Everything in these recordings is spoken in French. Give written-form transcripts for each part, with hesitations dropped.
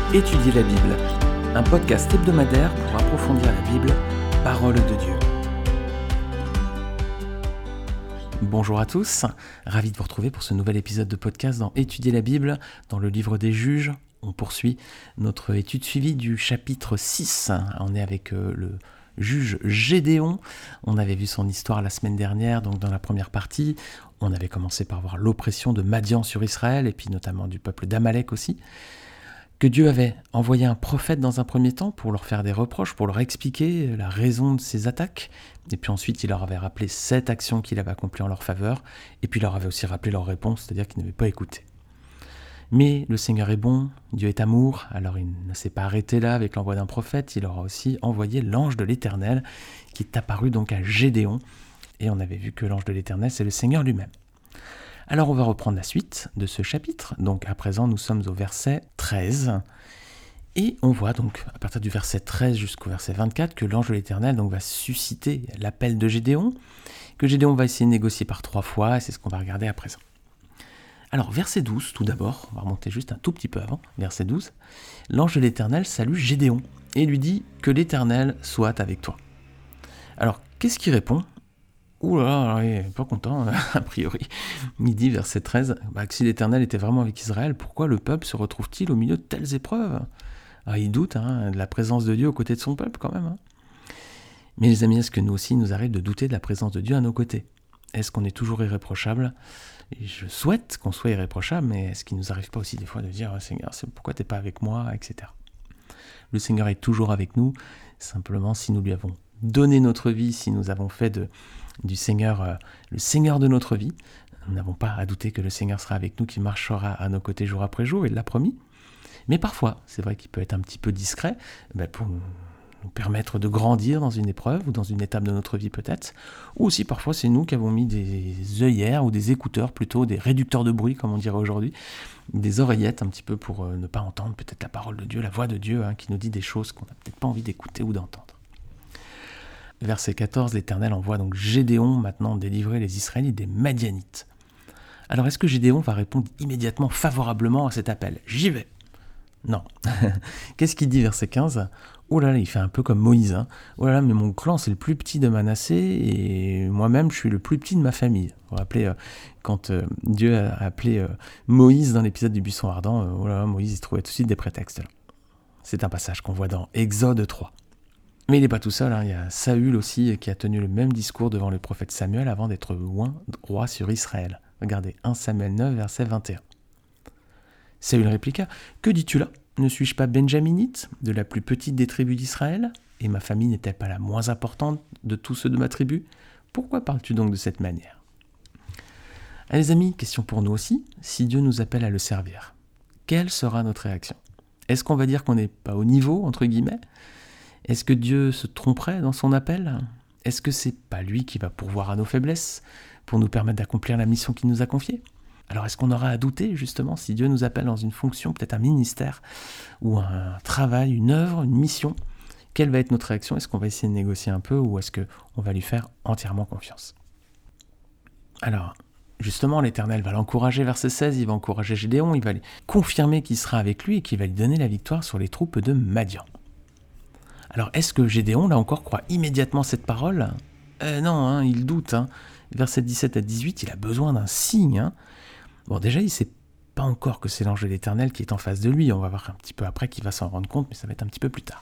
Étudier la Bible, un podcast hebdomadaire pour approfondir la Bible, parole de Dieu. Bonjour à tous, ravi de vous retrouver pour ce nouvel épisode de podcast dans Étudier la Bible, dans le livre des Juges. On poursuit notre étude suivie du chapitre 6. On est avec le juge Gédéon. On avait vu son histoire la semaine dernière, donc dans la première partie. On avait commencé par voir l'oppression de Madian sur Israël, et puis notamment du peuple d'Amalek aussi. Que Dieu avait envoyé un prophète dans un premier temps pour leur faire des reproches, pour leur expliquer la raison de ses attaques. Et puis ensuite, il leur avait rappelé 7 actions qu'il avait accomplies en leur faveur. Et puis il leur avait aussi rappelé leur réponse, c'est-à-dire qu'ils n'avaient pas écouté. Mais le Seigneur est bon, Dieu est amour, alors il ne s'est pas arrêté là avec l'envoi d'un prophète, il leur a aussi envoyé l'ange de l'Éternel, qui est apparu donc à Gédéon. Et on avait vu que l'ange de l'Éternel, c'est le Seigneur lui-même. Alors on va reprendre la suite de ce chapitre. Donc à présent, nous sommes au verset 13. Et on voit donc, à partir du verset 13 jusqu'au verset 24, que l'ange de l'Éternel donc, va susciter l'appel de Gédéon, que Gédéon va essayer de négocier par 3 fois, et c'est ce qu'on va regarder à présent. Alors verset 12, tout d'abord, on va remonter juste un tout petit peu avant, verset 12. L'ange de l'Éternel salue Gédéon, et lui dit « Que l'Éternel soit avec toi ». Alors, qu'est-ce qu'il répond ? Ouh là là, il n'est pas content, a priori. Il dit, verset 13, que si l'Éternel était vraiment avec Israël, pourquoi le peuple se retrouve-t-il au milieu de telles épreuves ? Alors, il doute de la présence de Dieu aux côtés de son peuple, quand même. Mais les amis, est-ce que nous aussi, nous arrive de douter de la présence de Dieu à nos côtés ? Est-ce qu'on est toujours irréprochable ? Et je souhaite qu'on soit irréprochable, mais est-ce qu'il ne nous arrive pas aussi des fois de dire, Seigneur, pourquoi tu n'es pas avec moi, etc. Le Seigneur est toujours avec nous, simplement si nous lui avons donné notre vie, si nous avons fait du Seigneur, le Seigneur de notre vie. Nous n'avons pas à douter que le Seigneur sera avec nous, qu'il marchera à nos côtés jour après jour, il l'a promis. Mais parfois, c'est vrai qu'il peut être un petit peu discret, pour nous permettre de grandir dans une épreuve ou dans une étape de notre vie peut-être. Ou aussi parfois, c'est nous qui avons mis des œillères ou des écouteurs plutôt, des réducteurs de bruit comme on dirait aujourd'hui, des oreillettes un petit peu pour ne pas entendre peut-être la parole de Dieu, la voix de Dieu qui nous dit des choses qu'on n'a peut-être pas envie d'écouter ou d'entendre. Verset 14, l'Éternel envoie donc Gédéon maintenant délivrer les Israélites des Madianites. Alors est-ce que Gédéon va répondre immédiatement favorablement à cet appel ? J'y vais. Non. Qu'est-ce qu'il dit verset 15 ? Oh là là, il fait un peu comme Moïse. Oh là là, mais mon clan c'est le plus petit de Manassé et moi-même je suis le plus petit de ma famille. Vous vous rappelez quand Dieu a appelé Moïse dans l'épisode du buisson ardent, oh là là, Moïse il trouvait tout de suite des prétextes. Là. C'est un passage qu'on voit dans Exode 3. Mais il n'est pas tout seul, il y a Saül aussi qui a tenu le même discours devant le prophète Samuel avant d'être oint roi sur Israël. Regardez, 1 Samuel 9, verset 21. Saül répliqua, « Que dis-tu là ? Ne suis-je pas benjaminite, de la plus petite des tribus d'Israël ? Et ma famille n'est-elle pas la moins importante de tous ceux de ma tribu ? Pourquoi parles-tu donc de cette manière ?» Allez les amis, question pour nous aussi, si Dieu nous appelle à le servir, quelle sera notre réaction ? Est-ce qu'on va dire qu'on n'est pas au niveau, entre guillemets ? Est-ce que Dieu se tromperait dans son appel ? Est-ce que c'est pas lui qui va pourvoir à nos faiblesses pour nous permettre d'accomplir la mission qu'il nous a confiée ? Alors est-ce qu'on aura à douter justement si Dieu nous appelle dans une fonction, peut-être un ministère ou un travail, une œuvre, une mission ? Quelle va être notre réaction ? Est-ce qu'on va essayer de négocier un peu ou est-ce qu'on va lui faire entièrement confiance ? Alors justement, l'Éternel va l'encourager, verset 16, il va encourager Gédéon, il va lui confirmer qu'il sera avec lui et qu'il va lui donner la victoire sur les troupes de Madian. Alors, est-ce que Gédéon, là encore, croit immédiatement cette parole ? Non, il doute. Versets 17 à 18, il a besoin d'un signe. Bon, déjà, il ne sait pas encore que c'est l'ange de l'Éternel qui est en face de lui. On va voir un petit peu après qu'il va s'en rendre compte, mais ça va être un petit peu plus tard.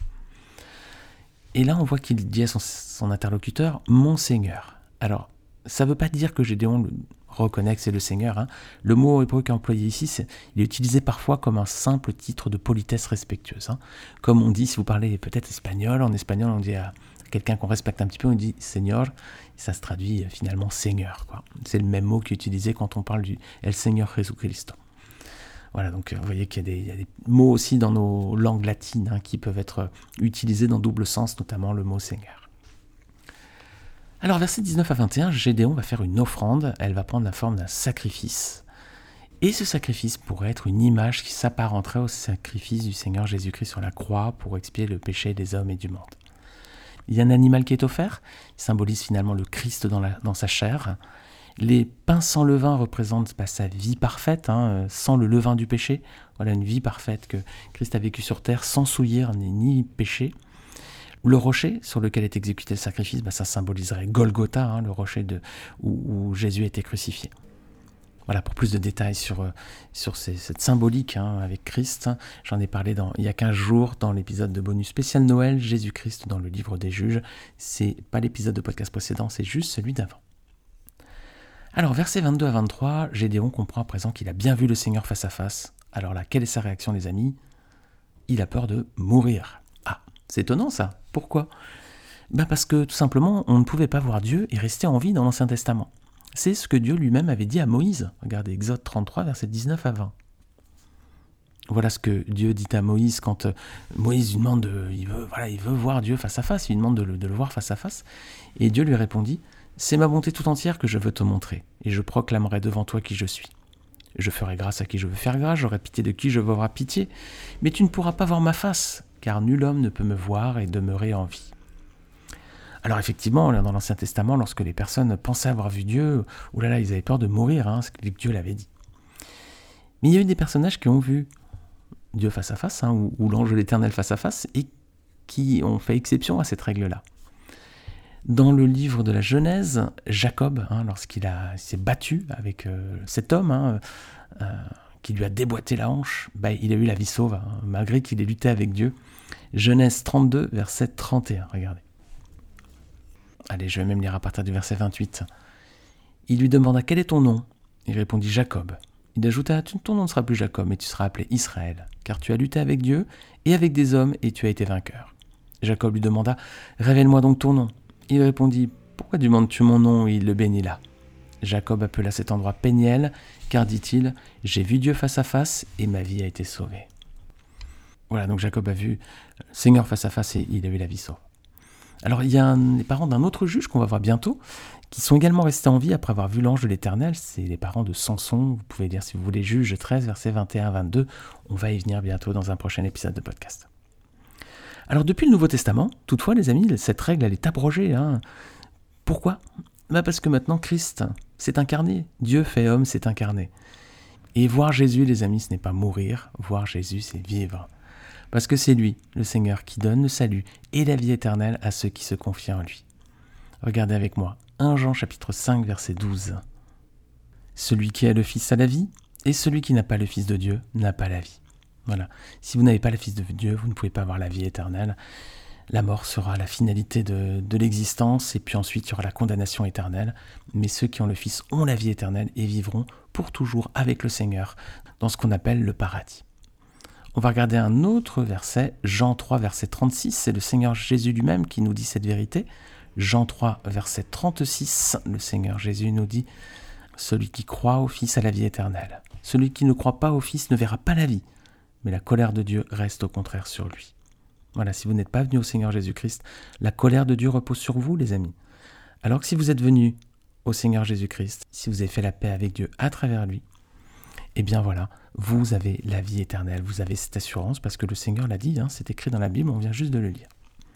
Et là, on voit qu'il dit à son interlocuteur « Mon Seigneur ». Alors, ça ne veut pas dire que Gédéon reconnaît que c'est le Seigneur. Le mot hébreu qui est employé ici, il est utilisé parfois comme un simple titre de politesse respectueuse. Comme on dit, si vous parlez peut-être espagnol, en espagnol on dit à quelqu'un qu'on respecte un petit peu, on dit « Señor », ça se traduit finalement « Seigneur ». C'est le même mot qui est utilisé quand on parle du « El Señor Jesucristo ». Voilà, donc vous voyez qu'il y a des mots aussi dans nos langues latines qui peuvent être utilisés dans double sens, notamment le mot « Seigneur ». Alors, versets 19 à 21, Gédéon va faire une offrande, elle va prendre la forme d'un sacrifice. Et ce sacrifice pourrait être une image qui s'apparenterait au sacrifice du Seigneur Jésus-Christ sur la croix pour expier le péché des hommes et du monde. Il y a un animal qui est offert, il symbolise finalement le Christ dans sa chair, Les pains sans levain représentent sa vie parfaite, sans le levain du péché. Voilà une vie parfaite que Christ a vécue sur terre sans souillure ni péché. Le rocher sur lequel est exécuté le sacrifice, ça symboliserait Golgotha, le rocher où Jésus a été crucifié. Voilà, pour plus de détails sur cette symbolique avec Christ, j'en ai parlé il y a 15 jours dans l'épisode de bonus spécial Noël, Jésus-Christ dans le livre des juges. C'est pas l'épisode de podcast précédent, c'est juste celui d'avant. Alors, versets 22 à 23, Gédéon comprend à présent qu'il a bien vu le Seigneur face à face. Alors là, quelle est sa réaction, les amis ? Il a peur de mourir. Ah, c'est étonnant ça. Pourquoi ? Parce que tout simplement, on ne pouvait pas voir Dieu et rester en vie dans l'Ancien Testament. C'est ce que Dieu lui-même avait dit à Moïse. Regardez, Exode 33, versets 19 à 20. Voilà ce que Dieu dit à Moïse quand Moïse lui demande, il veut voir Dieu face à face, il lui demande de le voir face à face. Et Dieu lui répondit, « C'est ma bonté tout entière que je veux te montrer, et je proclamerai devant toi qui je suis. Je ferai grâce à qui je veux faire grâce, j'aurai pitié de qui je veux avoir pitié, mais tu ne pourras pas voir ma face, car nul homme ne peut me voir et demeurer en vie. » Alors effectivement, dans l'Ancien Testament, lorsque les personnes pensaient avoir vu Dieu, ils avaient peur de mourir, ce que Dieu l'avait dit. Mais il y a eu des personnages qui ont vu Dieu face à face, ou l'ange de l'Éternel face à face, et qui ont fait exception à cette règle-là. Dans le livre de la Genèse, Jacob, lorsqu'il s'est battu avec cet homme qui lui a déboîté la hanche, il a eu la vie sauve, malgré qu'il ait lutté avec Dieu. Genèse 32, verset 31, regardez. Allez, je vais même lire à partir du verset 28. Il lui demanda « Quel est ton nom ?» Il répondit « Jacob ». Il ajouta « Ton nom ne sera plus Jacob, mais tu seras appelé Israël, car tu as lutté avec Dieu et avec des hommes, et tu as été vainqueur. » Jacob lui demanda « Révèle-moi donc ton nom. » Il répondit « Pourquoi demandes-tu mon nom ?» Et il le bénit là. Jacob appela cet endroit Péniel, car, dit-il, « J'ai vu Dieu face à face, et ma vie a été sauvée. » Voilà, donc Jacob a vu le Seigneur face à face, et il a eu la vie sauve. Alors il y a les parents d'un autre juge qu'on va voir bientôt, qui sont également restés en vie après avoir vu l'ange de l'Éternel. C'est les parents de Samson, vous pouvez lire si vous voulez Juge 13, versets 21 à 22. On va y venir bientôt dans un prochain épisode de podcast. Alors depuis le Nouveau Testament, toutefois les amis, cette règle elle est abrogée. Pourquoi ? Parce que maintenant Christ s'est incarné, Dieu fait homme s'est incarné. Et voir Jésus les amis, ce n'est pas mourir, voir Jésus c'est vivre. Parce que c'est lui, le Seigneur, qui donne le salut et la vie éternelle à ceux qui se confient en lui. Regardez avec moi, 1 Jean chapitre 5, verset 12. Celui qui a le Fils a la vie, et celui qui n'a pas le Fils de Dieu n'a pas la vie. Voilà. Si vous n'avez pas le Fils de Dieu, vous ne pouvez pas avoir la vie éternelle. La mort sera la finalité de l'existence, et puis ensuite il y aura la condamnation éternelle. Mais ceux qui ont le Fils ont la vie éternelle et vivront pour toujours avec le Seigneur, dans ce qu'on appelle le paradis. On va regarder un autre verset, Jean 3, verset 36, c'est le Seigneur Jésus lui-même qui nous dit cette vérité. Jean 3, verset 36, le Seigneur Jésus nous dit « Celui qui croit au Fils a la vie éternelle. Celui qui ne croit pas au Fils ne verra pas la vie, mais la colère de Dieu reste au contraire sur lui. » Voilà, si vous n'êtes pas venu au Seigneur Jésus-Christ, la colère de Dieu repose sur vous, les amis. Alors que si vous êtes venu au Seigneur Jésus-Christ, si vous avez fait la paix avec Dieu à travers lui, eh bien voilà, vous avez la vie éternelle, vous avez cette assurance, parce que le Seigneur l'a dit, c'est écrit dans la Bible, on vient juste de le lire.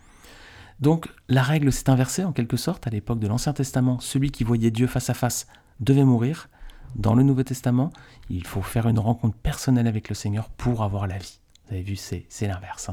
Donc la règle s'est inversée en quelque sorte, à l'époque de l'Ancien Testament, celui qui voyait Dieu face à face devait mourir. Dans le Nouveau Testament, il faut faire une rencontre personnelle avec le Seigneur pour avoir la vie. Vous avez vu, c'est l'inverse.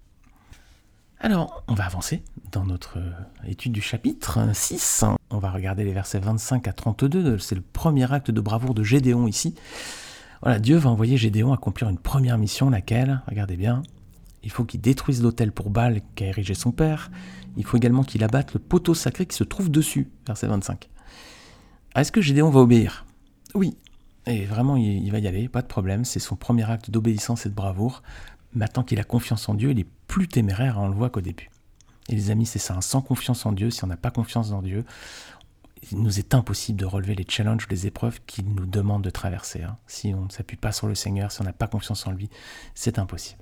Alors, on va avancer dans notre étude du chapitre 6. On va regarder les versets 25 à 32, c'est le premier acte de bravoure de Gédéon ici. Voilà, Dieu va envoyer Gédéon accomplir une première mission, laquelle, regardez bien, il faut qu'il détruise l'autel pour Baal qu'a érigé son père. Il faut également qu'il abatte le poteau sacré qui se trouve dessus, verset 25. Est-ce que Gédéon va obéir ? Oui, et vraiment il va y aller, pas de problème, c'est son premier acte d'obéissance et de bravoure. Maintenant qu'il a confiance en Dieu, il est plus téméraire, on le voit qu'au début. Et les amis, c'est ça, sans confiance en Dieu, si on n'a pas confiance en Dieu, il nous est impossible de relever les challenges, les épreuves qu'il nous demande de traverser. Si on ne s'appuie pas sur le Seigneur, si on n'a pas confiance en lui, c'est impossible.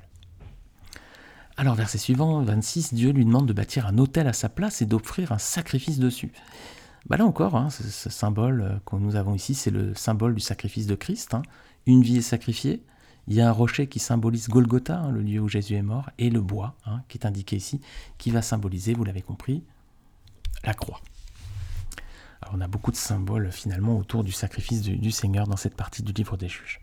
Alors, verset suivant, 26, Dieu lui demande de bâtir un autel à sa place et d'offrir un sacrifice dessus. Là encore, ce symbole que nous avons ici, c'est le symbole du sacrifice de Christ. Une vie est sacrifiée. Il y a un rocher qui symbolise Golgotha, le lieu où Jésus est mort, et le bois, qui est indiqué ici, qui va symboliser, vous l'avez compris, la croix. Alors, on a beaucoup de symboles finalement autour du sacrifice du Seigneur dans cette partie du livre des Juges.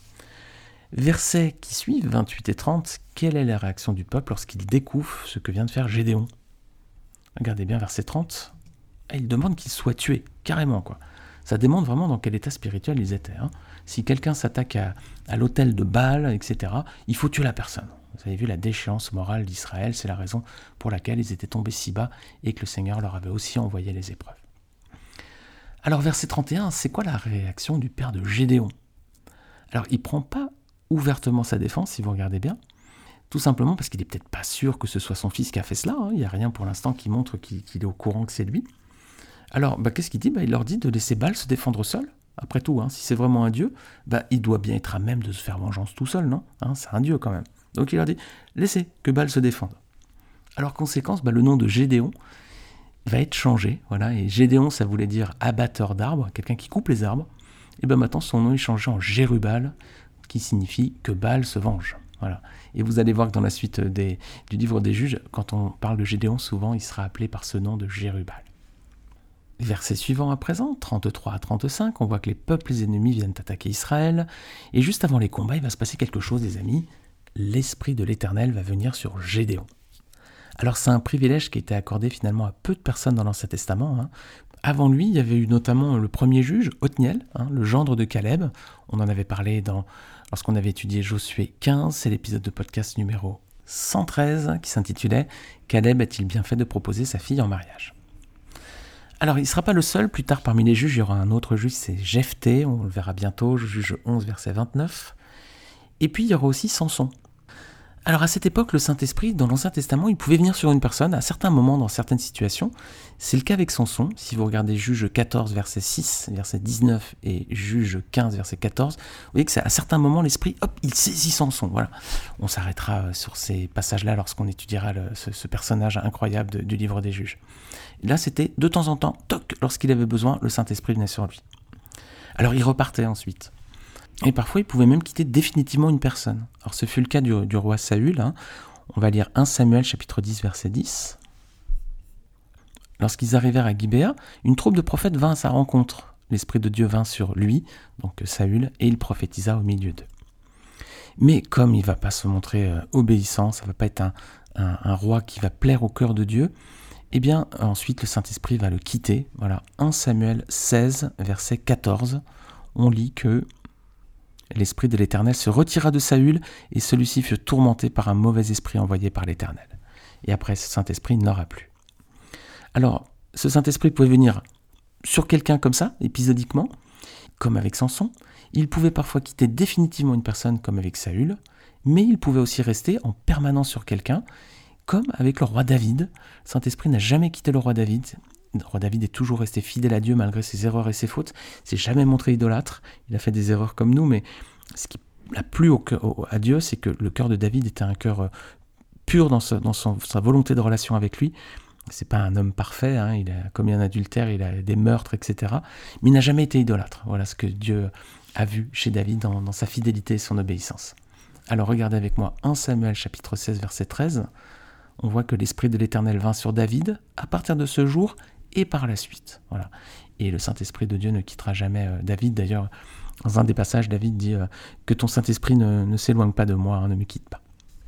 Versets qui suivent, 28 et 30, quelle est la réaction du peuple lorsqu'il découvre ce que vient de faire Gédéon ? Regardez bien verset 30, il demande qu'il soit tué, carrément quoi. Ça démontre vraiment dans quel état spirituel ils étaient. Si quelqu'un s'attaque à l'autel de Baal, etc., il faut tuer la personne. Vous avez vu la déchéance morale d'Israël, c'est la raison pour laquelle ils étaient tombés si bas et que le Seigneur leur avait aussi envoyé les épreuves. Alors verset 31, c'est quoi la réaction du père de Gédéon ? Alors il ne prend pas ouvertement sa défense, si vous regardez bien, tout simplement parce qu'il n'est peut-être pas sûr que ce soit son fils qui a fait cela, il n'y a rien pour l'instant qui montre qu'il est au courant que c'est lui. Alors qu'est-ce qu'il dit ? Il leur dit de laisser Baal se défendre seul. Après tout, si c'est vraiment un dieu, il doit bien être à même de se faire vengeance tout seul, non ? C'est un dieu quand même. Donc il leur dit, laissez que Baal se défende. Alors conséquence, le nom de Gédéon va être changé, voilà, et Gédéon ça voulait dire abatteur d'arbres, quelqu'un qui coupe les arbres, et maintenant son nom est changé en Jérubal, qui signifie que Baal se venge. Voilà. Et vous allez voir que dans la suite du livre des Juges, quand on parle de Gédéon, souvent il sera appelé par ce nom de Jérubal. Verset suivant à présent, 33 à 35, on voit que les peuples ennemis viennent attaquer Israël, et juste avant les combats, il va se passer quelque chose, les amis. L'Esprit de l'Éternel va venir sur Gédéon. Alors c'est un privilège qui a été accordé finalement à peu de personnes dans l'Ancien Testament. Avant lui, il y avait eu notamment le premier juge, Othniel, le gendre de Caleb. On en avait parlé lorsqu'on avait étudié Josué 15, c'est l'épisode de podcast numéro 113 qui s'intitulait « Caleb a-t-il bien fait de proposer sa fille en mariage ?» Alors il ne sera pas le seul, plus tard parmi les juges, il y aura un autre juge, c'est Jephthé, on le verra bientôt, juge 11, verset 29. Et puis il y aura aussi Samson. Alors à cette époque, le Saint-Esprit, dans l'Ancien Testament, il pouvait venir sur une personne à certains moments, dans certaines situations. C'est le cas avec Samson. Si vous regardez Juge 14, verset 6, verset 19 et Juge 15, verset 14, vous voyez que à certains moments, l'Esprit, il saisit Samson. Voilà. On s'arrêtera sur ces passages-là lorsqu'on étudiera ce personnage incroyable du livre des Juges. Et là, c'était de temps en temps, lorsqu'il avait besoin, le Saint-Esprit venait sur lui. Alors il repartait ensuite. Et parfois, il pouvait même quitter définitivement une personne. Alors, ce fut le cas du roi Saül. On va lire 1 Samuel, chapitre 10, verset 10. Lorsqu'ils arrivèrent à Gibéa, une troupe de prophètes vint à sa rencontre. L'Esprit de Dieu vint sur lui, donc Saül, et il prophétisa au milieu d'eux. Mais comme il ne va pas se montrer obéissant, ça ne va pas être un roi qui va plaire au cœur de Dieu, ensuite le Saint-Esprit va le quitter. Voilà, 1 Samuel 16, verset 14, on lit que l'Esprit de l'Éternel se retira de Saül et celui-ci fut tourmenté par un mauvais esprit envoyé par l'Éternel. Et après, ce Saint-Esprit n'aura plus. Alors, ce Saint-Esprit pouvait venir sur quelqu'un comme ça, épisodiquement, comme avec Samson. Il pouvait parfois quitter définitivement une personne, comme avec Saül, mais il pouvait aussi rester en permanence sur quelqu'un, comme avec le roi David. Le Saint-Esprit n'a jamais quitté le roi David. Le roi David est toujours resté fidèle à Dieu malgré ses erreurs et ses fautes. Il ne s'est jamais montré idolâtre. Il a fait des erreurs comme nous, mais ce qui l'a plu à Dieu, c'est que le cœur de David était un cœur pur dans sa volonté de relation avec lui. C'est pas un homme parfait, il a commis un adultère, il a des meurtres, etc. Mais il n'a jamais été idolâtre. Voilà ce que Dieu a vu chez David dans sa fidélité et son obéissance. Alors regardez avec moi 1 Samuel chapitre 16, verset 13. On voit que l'Esprit de l'Éternel vint sur David à partir de ce jour et par la suite. Voilà. Et le Saint-Esprit de Dieu ne quittera jamais David. D'ailleurs, dans un des passages, David dit que ton Saint-Esprit ne s'éloigne pas de moi, ne me quitte pas.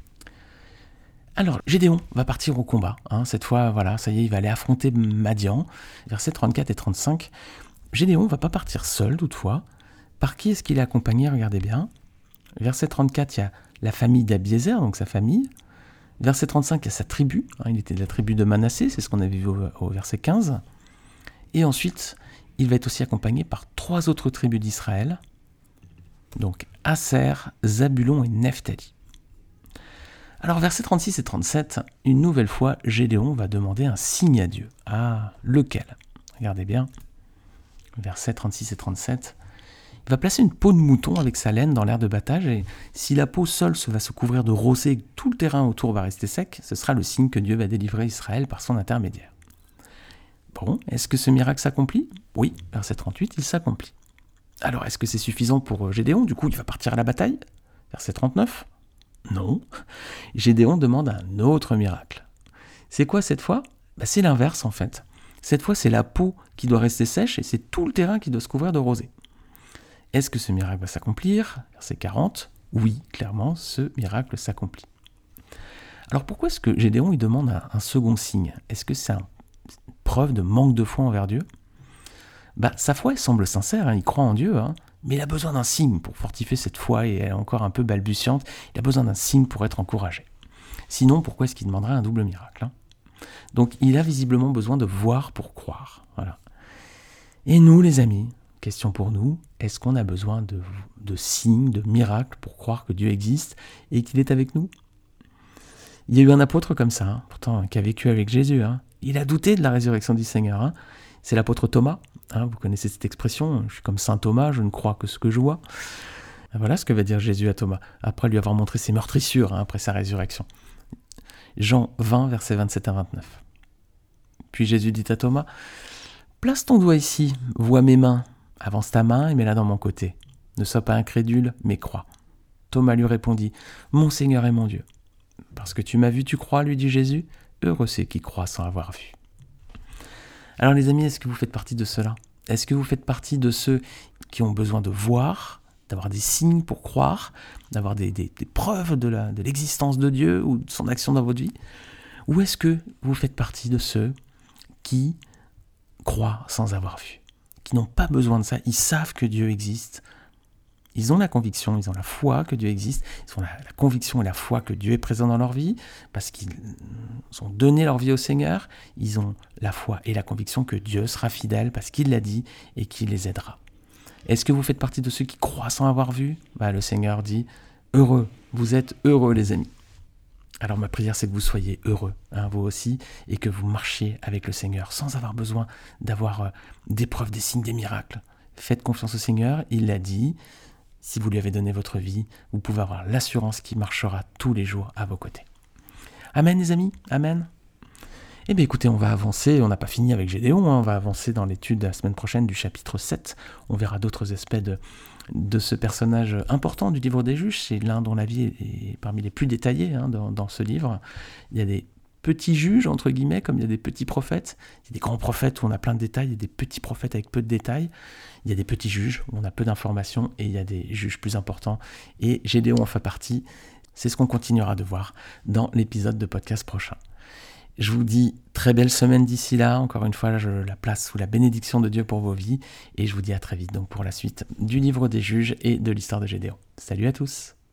Alors, Gédéon va partir au combat. Cette fois, voilà, ça y est, il va aller affronter Madian. Versets 34 et 35. Gédéon ne va pas partir seul, toutefois. Par qui est-ce qu'il est accompagné ? Regardez bien. Verset 34, il y a la famille d'Abiézer, donc sa famille. Verset 35, il y a sa tribu. Il était de la tribu de Manassé, c'est ce qu'on avait vu au verset 15. Et ensuite, il va être aussi accompagné par 3 autres tribus d'Israël. Donc Aser, Zabulon et Nephtali. Alors versets 36 et 37, une nouvelle fois, Gédéon va demander un signe à Dieu. Ah, lequel ? Regardez bien. Versets 36 et 37. Il va placer une peau de mouton avec sa laine dans l'aire de battage et si la peau seule va se couvrir de rosée et tout le terrain autour va rester sec, ce sera le signe que Dieu va délivrer Israël par son intermédiaire. Bon, est-ce que ce miracle s'accomplit ? Oui, verset 38, il s'accomplit. Alors, est-ce que c'est suffisant pour Gédéon ? Du coup, il va partir à la bataille ? Verset 39 ? Non. Gédéon demande un autre miracle. C'est quoi cette fois ? C'est l'inverse en fait. Cette fois, c'est la peau qui doit rester sèche et c'est tout le terrain qui doit se couvrir de rosée. Est-ce que ce miracle va s'accomplir ? Verset 40. Oui, clairement, ce miracle s'accomplit. Alors pourquoi est-ce que Gédéon il demande un second signe ? Est-ce que c'est une preuve de manque de foi envers Dieu ? Sa foi elle semble sincère, il croit en Dieu, mais il a besoin d'un signe pour fortifier cette foi et elle est encore un peu balbutiante. Il a besoin d'un signe pour être encouragé. Sinon, pourquoi est-ce qu'il demanderait un double miracle ? Donc il a visiblement besoin de voir pour croire. Voilà. Et nous les amis, question pour nous, est-ce qu'on a besoin de signes, de miracles pour croire que Dieu existe et qu'il est avec nous ? Il y a eu un apôtre comme ça, pourtant qui a vécu avec Jésus. Il a douté de la résurrection du Seigneur. C'est l'apôtre Thomas. Vous connaissez cette expression, je suis comme saint Thomas, je ne crois que ce que je vois. Voilà ce que va dire Jésus à Thomas, après lui avoir montré ses meurtrissures, après sa résurrection. Jean 20, versets 27 à 29. Puis Jésus dit à Thomas, « Place ton doigt ici, vois mes mains, avance ta main et mets-la dans mon côté. Ne sois pas incrédule, mais crois. » Thomas lui répondit, « Mon Seigneur et mon Dieu. » « Parce que tu m'as vu, tu crois, lui dit Jésus. Heureux c'est qui croit sans avoir vu. » Alors les amis, est-ce que vous faites partie de cela ? Est-ce que vous faites partie de ceux qui ont besoin de voir, d'avoir des signes pour croire, d'avoir des preuves de l'existence de Dieu ou de son action dans votre vie ? Ou est-ce que vous faites partie de ceux qui croient sans avoir vu, qui n'ont pas besoin de ça, ils savent que Dieu existe, ils ont la conviction, ils ont la foi que Dieu existe, ils ont la conviction et la foi que Dieu est présent dans leur vie, parce qu'ils ont donné leur vie au Seigneur, ils ont la foi et la conviction que Dieu sera fidèle parce qu'il l'a dit et qu'il les aidera. Est-ce que vous faites partie de ceux qui croient sans avoir vu ? Le Seigneur dit « Heureux, vous êtes heureux les amis ». Alors ma prière c'est que vous soyez heureux, vous aussi, et que vous marchiez avec le Seigneur sans avoir besoin d'avoir des preuves, des signes, des miracles. Faites confiance au Seigneur, il l'a dit. Si vous lui avez donné votre vie, vous pouvez avoir l'assurance qu'il marchera tous les jours à vos côtés. Amen les amis, amen. Eh bien écoutez, on va avancer, on n'a pas fini avec Gédéon, on va avancer dans l'étude de la semaine prochaine du chapitre 7. On verra d'autres aspects de ce personnage important du livre des Juges. C'est l'un dont la vie est parmi les plus détaillées dans ce livre. Il y a des petits juges, entre guillemets, comme il y a des petits prophètes. Il y a des grands prophètes où on a plein de détails, il y a des petits prophètes avec peu de détails. Il y a des petits juges où on a peu d'informations et il y a des juges plus importants. Et Gédéon en fait partie. C'est ce qu'on continuera de voir dans l'épisode de podcast prochain. Je vous dis très belle semaine d'ici là. Encore une fois, je la place sous la bénédiction de Dieu pour vos vies. Et je vous dis à très vite donc pour la suite du livre des Juges et de l'histoire de Gédéon. Salut à tous!